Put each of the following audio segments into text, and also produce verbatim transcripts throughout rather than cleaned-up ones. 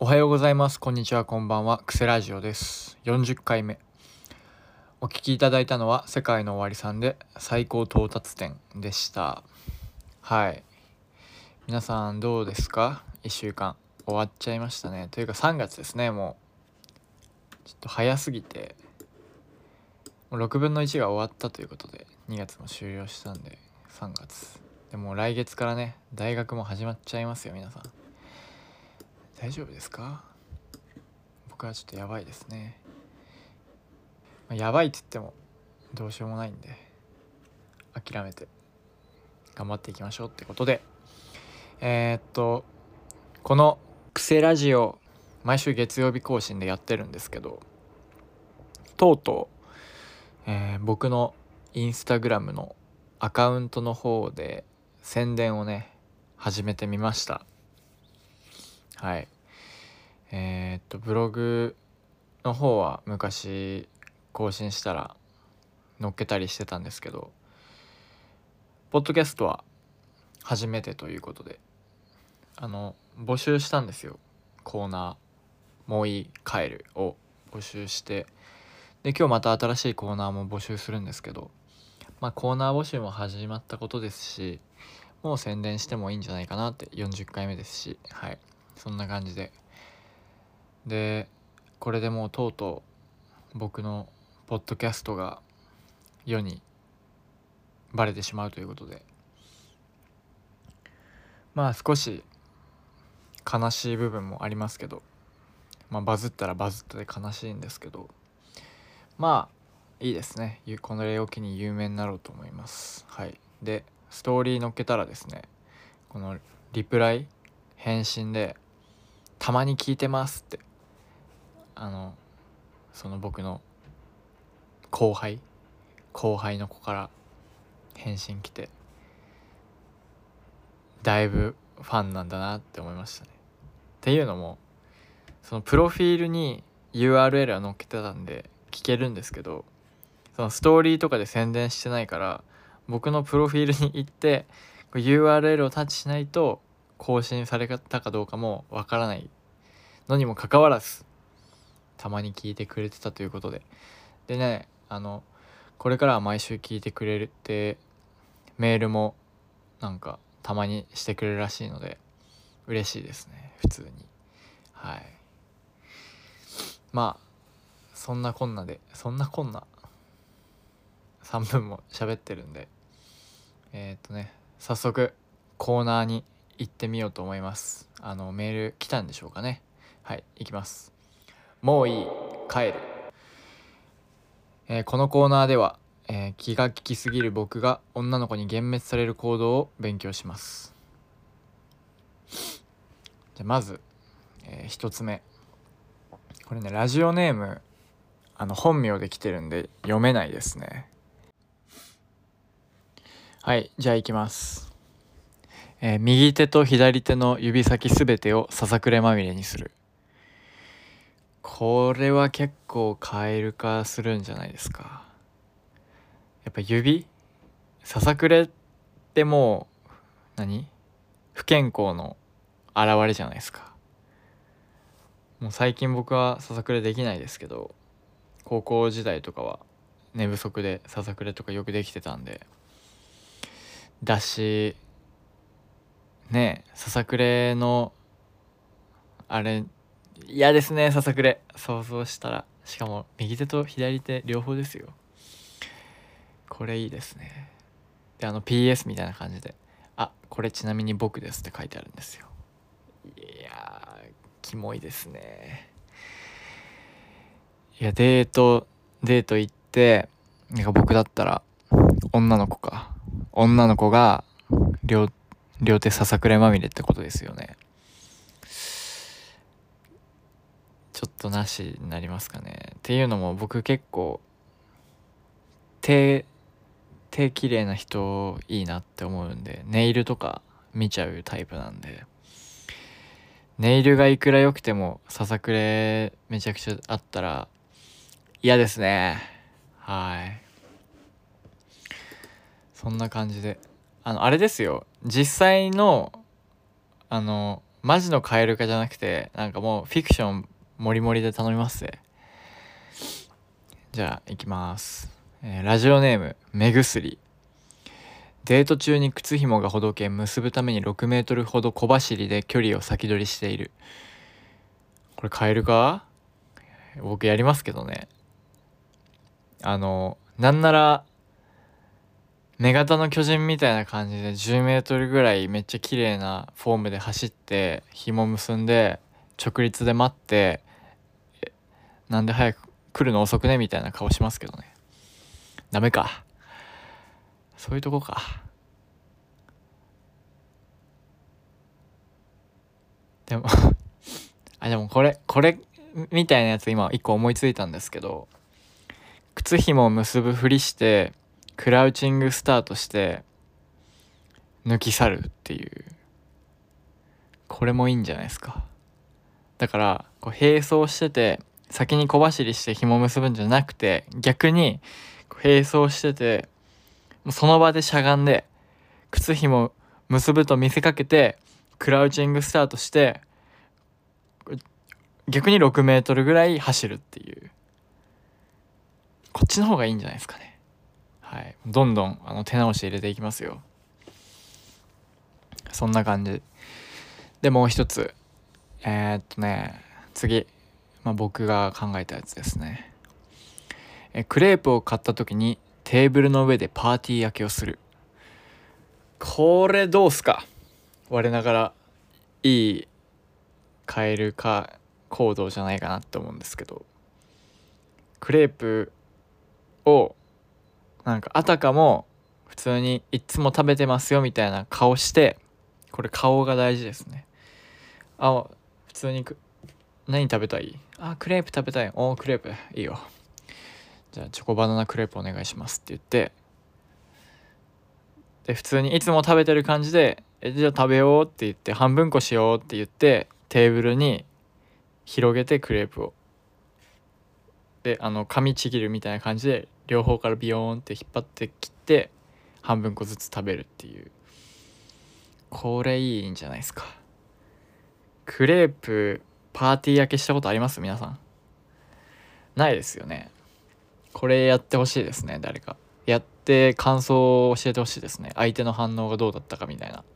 おはようございます。こんにちは。こんばんは。クセラジオです。よんじゅっかいめ。お聞きいただいたのは世界の終わりさんで最高到達点でした。はい。皆さんどうですか？いっしゅうかん終わっちゃいましたね。というかさんがつですね。もうちょっと早すぎてもうろくぶんのいちが終わったということでにがつも終了したんでさんがつでも来月からね大学も始まっちゃいますよ。皆さん大丈夫ですか？僕はちょっとやばいですね。まあやばいって言ってもどうしようもないんで諦めて頑張っていきましょうってことで、えー、っとこのクセラジオ毎週月曜日更新でやってるんですけど、とうとう、えー僕のインスタグラムのアカウントの方で宣伝をね始めてみました。はい。えー、っとブログの方は昔更新したら載っけたりしてたんですけど、ポッドキャストは初めてということであの募集したんですよ。コーナーもういい帰るを募集して、で今日また新しいコーナーも募集するんですけど、まあコーナー募集も始まったことですし、もう宣伝してもいいんじゃないかなって、よんじゅっかいめですし、はい、そんな感じででこれでもうとうとう僕のポッドキャストが世にバレてしまうということで、まあ少し悲しい部分もありますけど、まあバズったらバズったで悲しいんですけど、まあいいですね。この例を機に有名になろうと思います。はい。でストーリー載っけたらですね、このリプライ返信でたまに聞いてますってあのその僕の後輩後輩の子から返信来て、だいぶファンなんだなって思いましたね。っていうのもそのプロフィールに ユーアールエル は載っけてたんで聞けるんですけど、そのストーリーとかで宣伝してないから僕のプロフィールに行ってこれ ユーアールエル をタッチしないと更新されたかどうかもわからないのにもかかわらずたまに聞いてくれてたということで、でねあのこれからは毎週聞いてくれてメールもなんかたまにしてくれるらしいので嬉しいですね普通に。はい。まあそんなこんなでそんなこんなさんぷんも喋ってるんで、えー、っとね早速コーナーに行ってみようと思います。あのメール来たんでしょうかね。はい、行きます。もういい帰る。えーこのコーナーでは、えー気が利きすぎる僕が女の子に幻滅される行動を勉強します。じゃあまず、えー、ひとつめ、これねラジオネームあの本名で来てるんで読めないですね。はい、じゃあ行きます。えー右手と左手の指先すべてをささくれまみれにする。これは結構蛙化するんじゃないですか。やっぱ指ささくれってもう何不健康の現れじゃないですか。もう最近僕はささくれできないですけど、高校時代とかは寝不足でささくれとかよくできてたんでだしね。えささくれのあれ嫌ですね。ささくれ想像したら、しかも右手と左手両方ですよ。これいいですね。であの ピーエス みたいな感じで、あこれちなみに僕ですって書いてあるんですよ。いやーキモいですね。いやデートデート行って、なんか僕だったら女の子か女の子が両両手ささくれまみれってことですよね。ちょっとなしになりますかね。っていうのも僕結構手手綺麗な人いいなって思うんで、ネイルとか見ちゃうタイプなんで、ネイルがいくら良くてもささくれめちゃくちゃあったら嫌ですね。はい。そんな感じで、あのあれですよ、実際のあのマジのカエル化じゃなくて、なんかもうフィクションもりもりで頼みますぜ。じゃあ行きます、えーラジオネーム目薬。デート中に靴紐がほどけ結ぶためにろくメートルほど小走りで距離を先取りしている。これカエルか？僕やりますけどね。あのなんなら女型の巨人みたいな感じでじゅうメートルぐらいめっちゃ綺麗なフォームで走って紐結んで直立で待って、えなんで早く来るの遅くねみたいな顔しますけどね。ダメか、そういうとこか。でもあでもこれこれみたいなやつ今一個思いついたんですけど、靴紐を結ぶふりしてクラウチングスタートして抜き去るっていう、これもいいんじゃないですか。だからこう並走してて先に小走りして紐結ぶんじゃなくて、逆にこう並走しててもうその場でしゃがんで靴紐結ぶと見せかけてクラウチングスタートして逆にろくメートルぐらい走るっていう、こっちの方がいいんじゃないですかね。はい、どんどんあの手直し入れていきますよ。そんな感じで、もう一つえー、っとね次、まあ、僕が考えたやつですね。えクレープを買った時にテーブルの上でパーティー焼けをする。これどうすか？我ながらいいカエル化行動じゃないかなって思うんですけど、クレープをなんかあたかも普通にいつも食べてますよみたいな顔して、これ顔が大事ですね。あ、普通にく何食べたい？あ、クレープ食べたい。おー、クレープいいよ。じゃあチョコバナナクレープお願いしますって言って、で普通にいつも食べてる感じで、えじゃあ食べようって言って半分こしようって言ってテーブルに広げてクレープを、であの紙ちぎるみたいな感じで両方からビヨーンって引っ張って切って半分こずつ食べるっていう、これいいんじゃないですか。クレープパーティー焼けしたことあります？皆さんないですよね。これやってほしいですね。誰かやって感想を教えてほしいですね。相手の反応がどうだったかみたいな。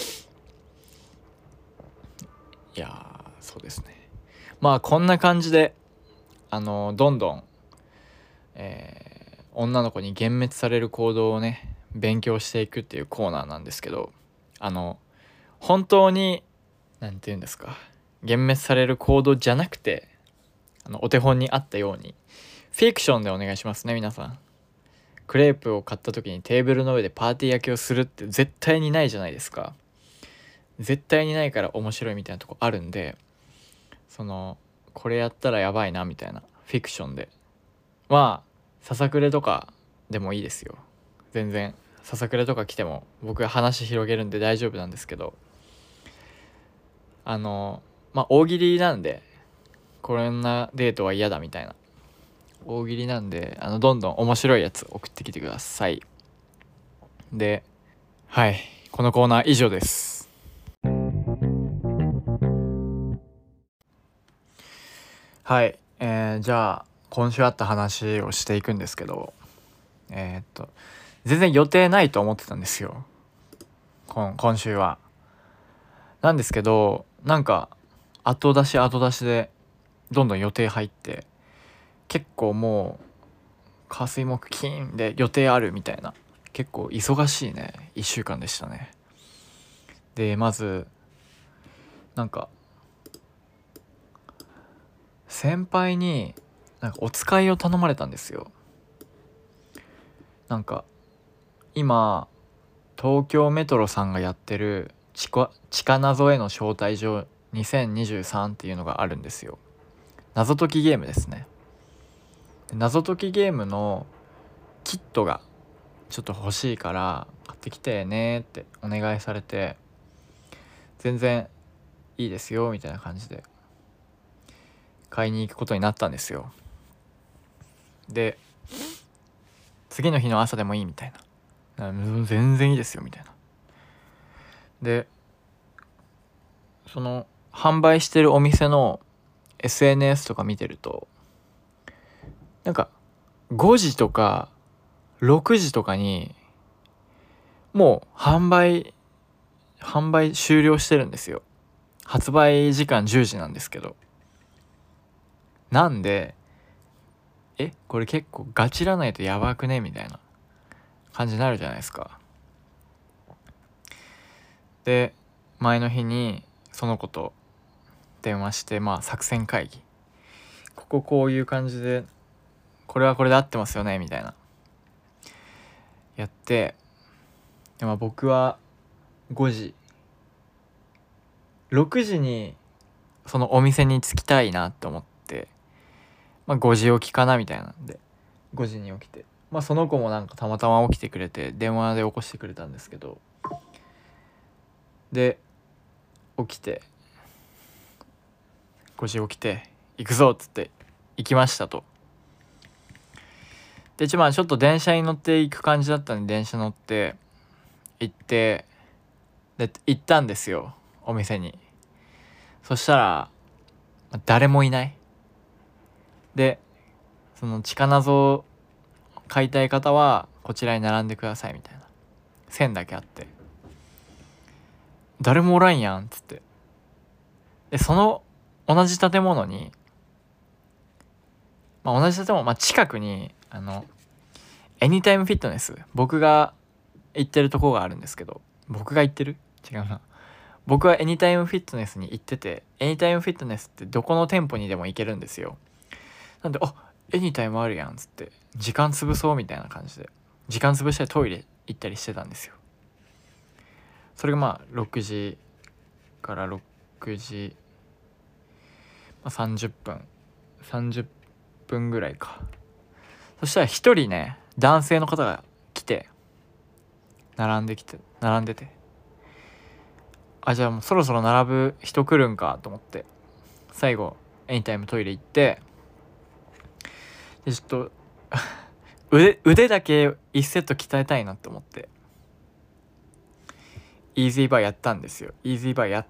いやーそうですね。まあこんな感じであのどんどん、えー女の子に幻滅される行動をね勉強していくっていうコーナーなんですけど、あの本当に何て言うんですか、幻滅される行動じゃなくて、あのお手本にあったようにフィクションでお願いしますね。皆さんクレープを買った時にテーブルの上でパーティー焼きをするって絶対にないじゃないですか。絶対にないから面白いみたいなとこあるんで、そのこれやったらやばいなみたいなフィクションで、まあささくれとかでもいいですよ。全然ささくれとか来ても僕が話広げるんで大丈夫なんですけど、あのまあ大喜利なんで、こんなデートは嫌だみたいな大喜利なんで、あのどんどん面白いやつ送ってきてください。で、はい、このコーナー以上です。はい、えー、じゃあ今週あった話をしていくんですけど、えー、っと全然予定ないと思ってたんですよ、今今週は。なんですけどなんか後出し後出しでどんどん予定入って、結構もう火水木金で予定あるみたいな、結構忙しいねいっしゅうかんでしたね。でまずなんか先輩になんかお使いを頼まれたんですよ。なんか今東京メトロさんがやってる地下地下謎への招待状にせんにじゅうさんっていうのがあるんですよ。謎解きゲームですね。謎解きゲームのキットがちょっと欲しいから買ってきてねってお願いされて、全然いいですよみたいな感じで買いに行くことになったんですよ。で次の日の朝でもいいみたいな、全然いいですよみたいな。でその販売してるお店の エスエヌエス とか見てると、なんかごじとかろくじとかにもう販売販売終了してるんですよ。発売時間じゅうじなんですけど、なんでえこれ結構ガチらないとやばくねみたいな感じになるじゃないですか。で前の日にその子と電話して、まあ作戦会議、こここういう感じでこれはこれで合ってますよねみたいなやって、で、まあ、僕はごじろくじにそのお店に着きたいなと思って、まあ、ごじ起きかなみたいなんでごじに起きて、まあその子もなんかたまたま起きてくれて電話で起こしてくれたんですけど、で起きてごじ起きて行くぞっつって行きましたと。で一番ちょっと電車に乗って行く感じだったんで電車乗って行ってで行ったんですよお店に。そしたら誰もいない。でその地下謎を買いたい方はこちらに並んでくださいみたいな線だけあって、誰もおらんやんっつって、でその同じ建物に、まあ、同じ建物、まあ、近くにあのエニタイムフィットネス、僕が行ってるとこがあるんですけど、僕が行ってる違うな僕はエニタイムフィットネスに行ってて、エニタイムフィットネスってどこの店舗にでも行けるんですよ。なんであエニタイムあるやんっつって時間潰そうみたいな感じで時間潰したりトイレ行ったりしてたんですよ。それがまあろくじからろくじ、まあ、さんじゅっぷんさんじゅっぷんぐらいか。そしたら一人ね男性の方が来て並んできて並んでて、あじゃあもうそろそろ並ぶ人来るんかと思って最後エニタイムトイレ行って、でちょっと腕腕だけいちセット鍛えたいなと思ってイージーバーやったんですよ。イージーバーやって、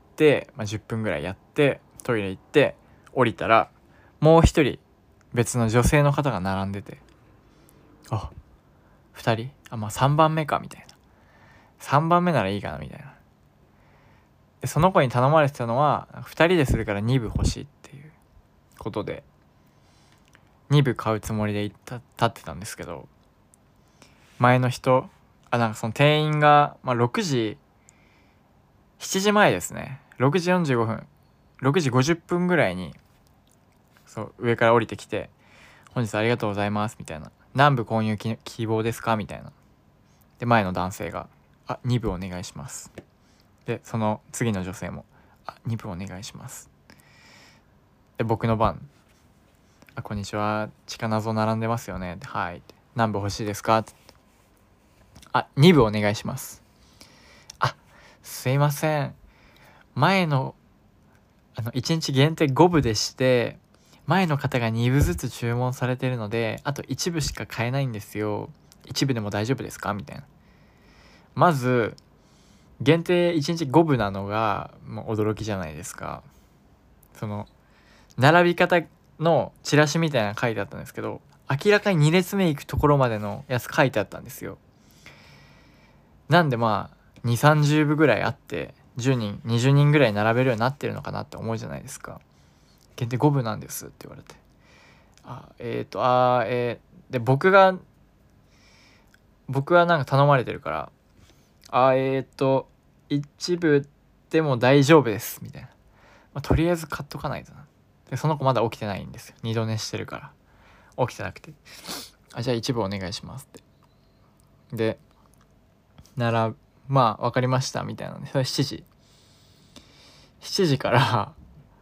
まあ、じゅっぷんぐらいやってトイレ行って降りたらもう一人別の女性の方が並んでて、あふたりあまあさんばんめかみたいな、さんばんめならいいかなみたいな。でその子に頼まれてたのはふたりでするからにぶ欲しいっていうことでにぶ買うつもりで立ってたんですけど、前の人あなんかその店員が、まあ、ろくじしちじまえですね、ろくじよんじゅうごふんろくじごじゅっぷんぐらいにそう上から降りてきて、本日ありがとうございますみたいな、何部購入き希望ですかみたいな。で前の男性があにぶお願いします。でその次の女性もあにぶお願いします。で僕の番、あこんにちは地下謎並んでますよね、はい何部欲しいですかって、あにぶお願いします。あすいません前のあのいちにち限定ごぶでして前の方がにぶずつ注文されてるのであといちぶしか買えないんですよ、いちぶでも大丈夫ですかみたいな。まず限定いちにちごぶなのがもう驚きじゃないですか。その並び方のチラシみたいなの書いてあったんですけど、明らかにに列目行くところまでのやつ書いてあったんですよ。なんでまあにじゅうさんじゅうぶぐらいあってじゅうにんにじゅうにんぐらい並べるようになってるのかなって思うじゃないですか。限定ごぶなんですって言われて、あえっ、ー、とあえー、で僕が僕はなんか頼まれてるからあえっ、ー、と一部でも大丈夫ですみたいな、まあ、とりあえず買っとかないとな。でその子まだ起きてないんですよ、二度寝してるから起きてなくて、あじゃあ一部お願いしますってでならまあ分かりましたみたいなので、それしちじしちじから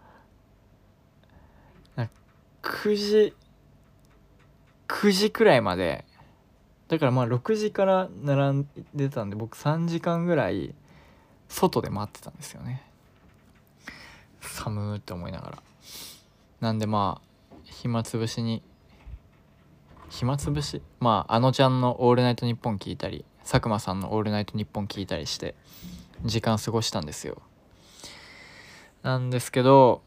くじくじくらいまで、だからまあろくじから並んでたんで僕さんじかんぐらい外で待ってたんですよね、寒ーって思いながら。なんでまあ暇つぶしに暇つぶしまああのちゃんのオールナイトニッポン聞いたり佐久間さんのオールナイトニッポン聞いたりして時間過ごしたんですよ。 なんですけど、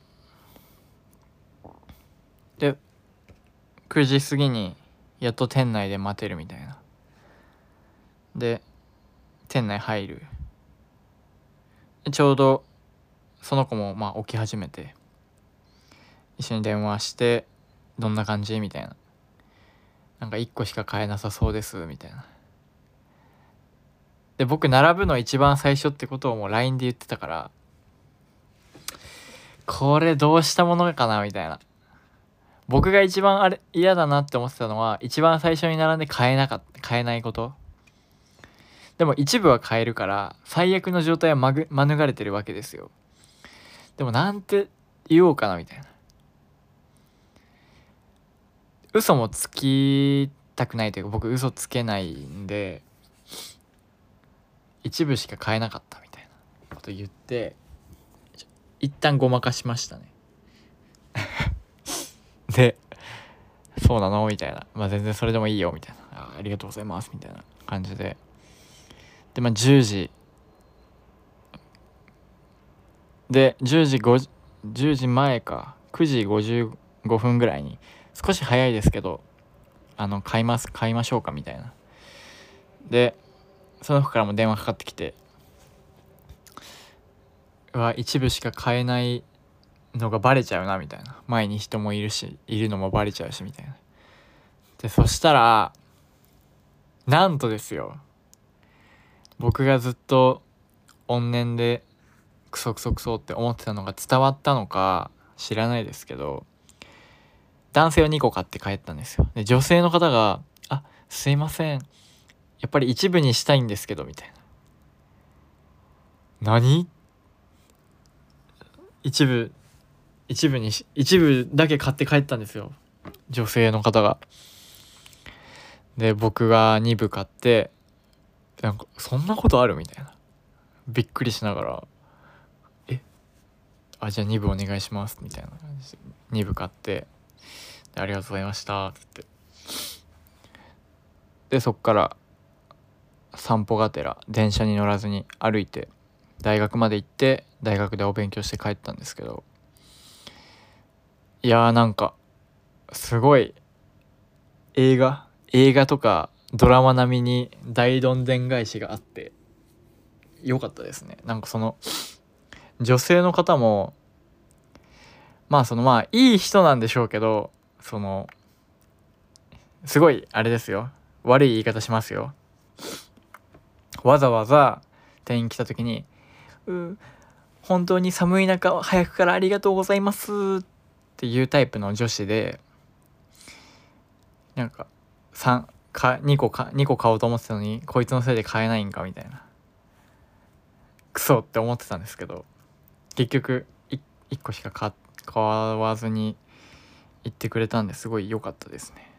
でくじ過ぎにやっと店内で待てるみたいな。で店内入る。でちょうどその子もまあ起き始めて、一緒に電話してどんな感じみたいな。なんかいっこしか買えなさそうですみたいな。で僕並ぶの一番最初ってことをもう ライン で言ってたから、これどうしたものかなみたいな。僕が一番あれ嫌だなって思ってたのは、一番最初に並んで買えなかった買えないこと。でも一部は買えるから最悪の状態はまぐ免れてるわけですよ。でもなんて言おうかなみたいな。嘘もつきたくないというか、僕嘘つけないんで、一部しか買えなかったみたいなこと言って一旦ごまかしましたね。で、そうなのみたいな。まあ全然それでもいいよみたいな。あ、ありがとうございますみたいな感じで。でまあじゅうじでじゅうじごじゅうじまえかくじごじゅうごふんぐらいに、少し早いですけど、あの買います買いましょうかみたいな。でその子からも電話かかってきて、うわ一部しか買えないのがバレちゃうなみたいな。前に人もいるしいるのもバレちゃうしみたいな。でそしたらなんとですよ、僕がずっと怨念でクソクソクソって思ってたのが伝わったのか知らないですけど、男性はにこ買って帰ったんですよ。で女性の方が「あ、すいません、やっぱり一部にしたいんですけど」みたいな。何？一部一部にし一部だけ買って帰ったんですよ、女性の方が。で僕がに部買って、なんかそんなことあるみたいな、びっくりしながら「えあじゃあに部お願いします」みたいな感じでに部買って、ありがとうございましたって言って、でそっから散歩がてら電車に乗らずに歩いて大学まで行って、大学でお勉強して帰ったんですけど、いやーなんかすごい映画映画とかドラマ並みに大どんでん返しがあってよかったですね。なんかその女性の方もまあそのまあいい人なんでしょうけど、そのすごいあれですよ、悪い言い方しますよ。わざわざ店員来た時に「う本当に寒い中早くからありがとうございます」っていうタイプの女子で、なんかさんかにこかにこ買おうと思ってたのにこいつのせいで買えないんかみたいな、クソって思ってたんですけど、結局いいっこしか買買わずに行ってくれたんですごい良かったですね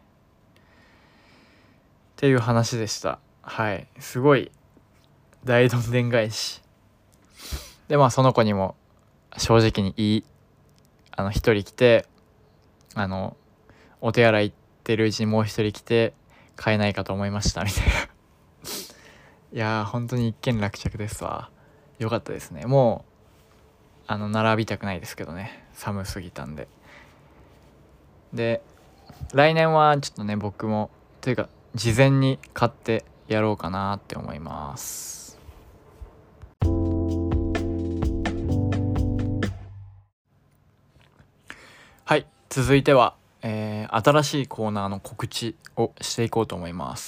っていう話でした。はい、すごい大どんでん返しで、まあその子にも正直にいいあの一人来て、あのお手洗い行ってるうちにもう一人来て買えないかと思いましたみたいな。いやー本当に一件落着ですわ。よかったですね。もうあの並びたくないですけどね、寒すぎたんで。で来年はちょっとね、僕もというか事前に買ってやろうかなって思います。はい、続いては、えー新しいコーナーの告知をしていこうと思います。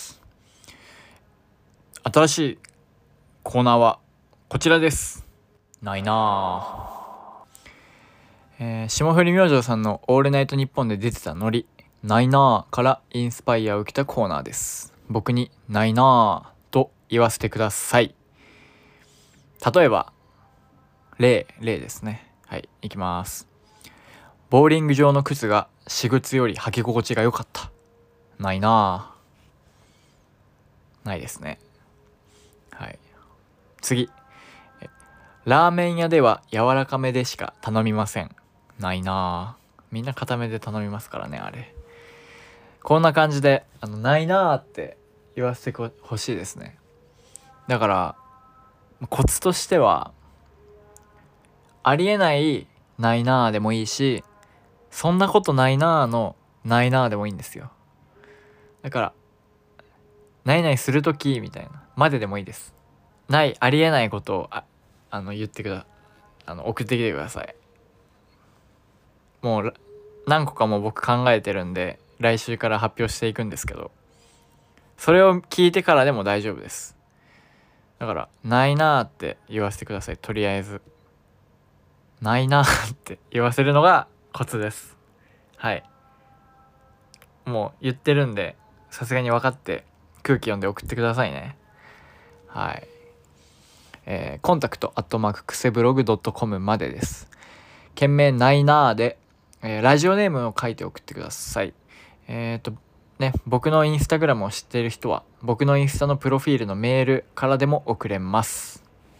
新しいコーナーはこちらです。ないなぁ、えー、霜降り明星さんのオールナイトニッポンで出てたノリないなぁからインスパイアを受けたコーナーです。僕にないなぁと言わせてください。例えば例例ですね。はい、いきます。ボーリング場の靴が私靴より履き心地が良かった。ないなぁ、ないですね。はい、次。ラーメン屋では柔らかめでしか頼みません。ないなぁ、みんな固めで頼みますからねあれ。こんな感じであのないなぁって言わせてほしいですね。だからコツとしてはありえないないなーでもいいし、そんなことないなーのないなーでもいいんですよ。だからないないするときみたいなまででもいいです。ないありえないことをああの言ってくだあの送ってきてください。もう何個かも僕考えてるんで来週から発表していくんですけど、それを聞いてからでも大丈夫です。だからないなーって言わせてください。とりあえずないなーって言わせるのがコツです。はい、もう言ってるんでさすがに分かって空気読んで送ってくださいね。はい、えー、コンタクトアットマーククセブログドットコムまでです。件名ないなーで、えー、ラジオネームを書いて送ってください。えっ、ー、とね僕のインスタグラムを知っている人は僕のインスタのプロフィールのメールからでも送れます。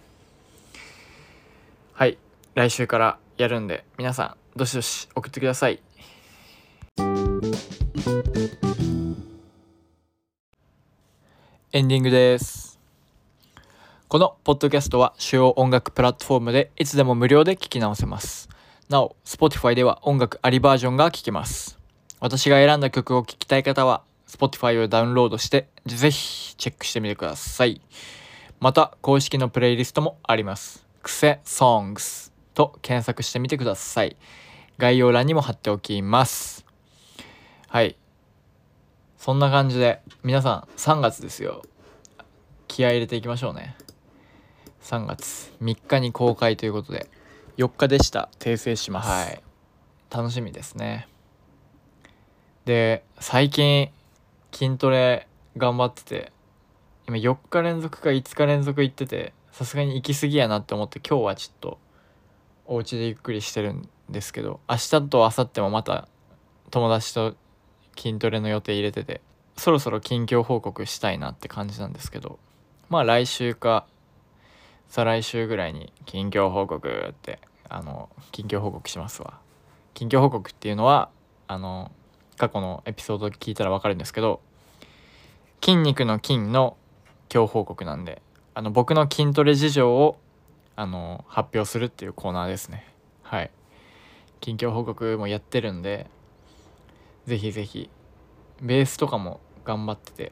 はい、来週からやるんで皆さんどしどし送ってください。エンディングです。このポッドキャストは主要音楽プラットフォームでいつでも無料で聞き直せます。なお Spotify では音楽ありバージョンが聞けます。私が選んだ曲を聴きたい方は Spotify をダウンロードしてぜひチェックしてみてください。また公式のプレイリストもあります。クセソングスと検索してみてください。概要欄にも貼っておきます。はい、そんな感じで皆さんさんがつですよ。気合い入れていきましょうね。さんがつみっかに公開ということでよっかでした。訂正します。はい、楽しみですね。で最近筋トレ頑張ってて今よっか連続かいつか連続行ってて、さすがに行き過ぎやなって思って今日はちょっとお家でゆっくりしてるんですけど、明日と明後日もまた友達と筋トレの予定入れてて、そろそろ近況報告したいなって感じなんですけど、まあ来週か再来週ぐらいに近況報告ってあの近況報告しますわ。近況報告っていうのはあの過去のエピソード聞いたら分かるんですけど、筋肉の筋の今日報告なんで、あの僕の筋トレ事情をあの発表するっていうコーナーですね。はい、近況報告もやってるんでぜひぜひ。ベースとかも頑張ってて、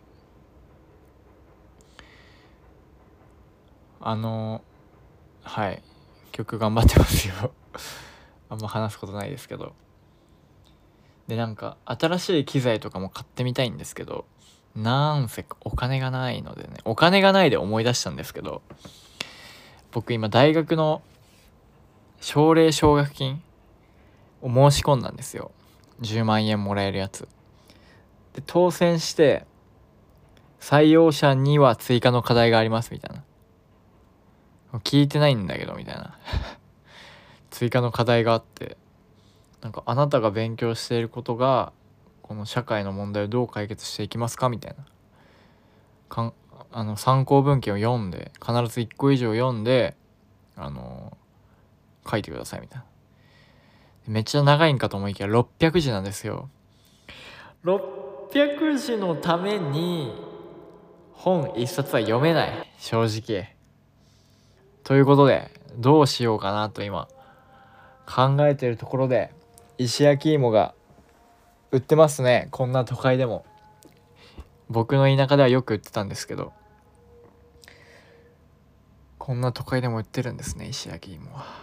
あのはい曲頑張ってますよあんま話すことないですけど。でなんか新しい機材とかも買ってみたいんですけど、なんせお金がないのでね、お金がないで思い出したんですけど、僕今大学の奨励奨学金を申し込んだんですよ。じゅうまんえんもらえるやつで当選して、採用者には追加の課題がありますみたいな、聞いてないんだけどみたいな追加の課題があって、なんかあなたが勉強していることがこの社会の問題をどう解決していきますかみたいなかんあの参考文献を読んで必ずいっこ以上読んであの書いてくださいみたいな。めっちゃ長いんかと思いきやろっぴゃくじなんですよ。ろっぴゃくじのために本一冊は読めない正直。ということでどうしようかなと今考えているところで、石焼き芋が売ってますね。こんな都会でも。僕の田舎ではよく売ってたんですけど、こんな都会でも売ってるんですね、石焼き芋は。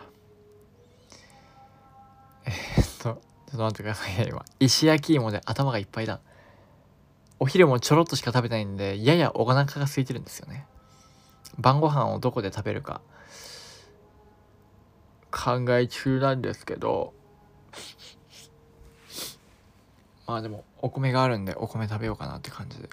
えー、っとちょっと待ってくださいね。今石焼き芋で頭がいっぱいだ。お昼もちょろっとしか食べないんでややお腹が空いてるんですよね。晩ご飯をどこで食べるか考え中なんですけど、まあでもお米があるんでお米食べようかなって感じで、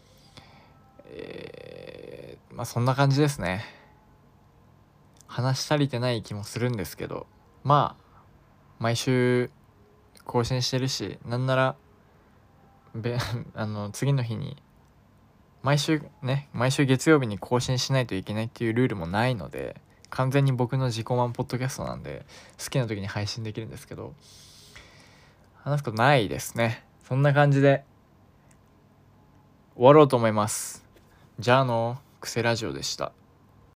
えー、まあそんな感じですね。話し足りてない気もするんですけど、まあ毎週更新してるし、なんならべあの次の日に毎週ね毎週月曜日に更新しないといけないっていうルールもないので、完全に僕の自己満ポッドキャストなんで好きな時に配信できるんですけど、話すことないですね。そんな感じで終わろうと思います。じゃあのクセラジオでした。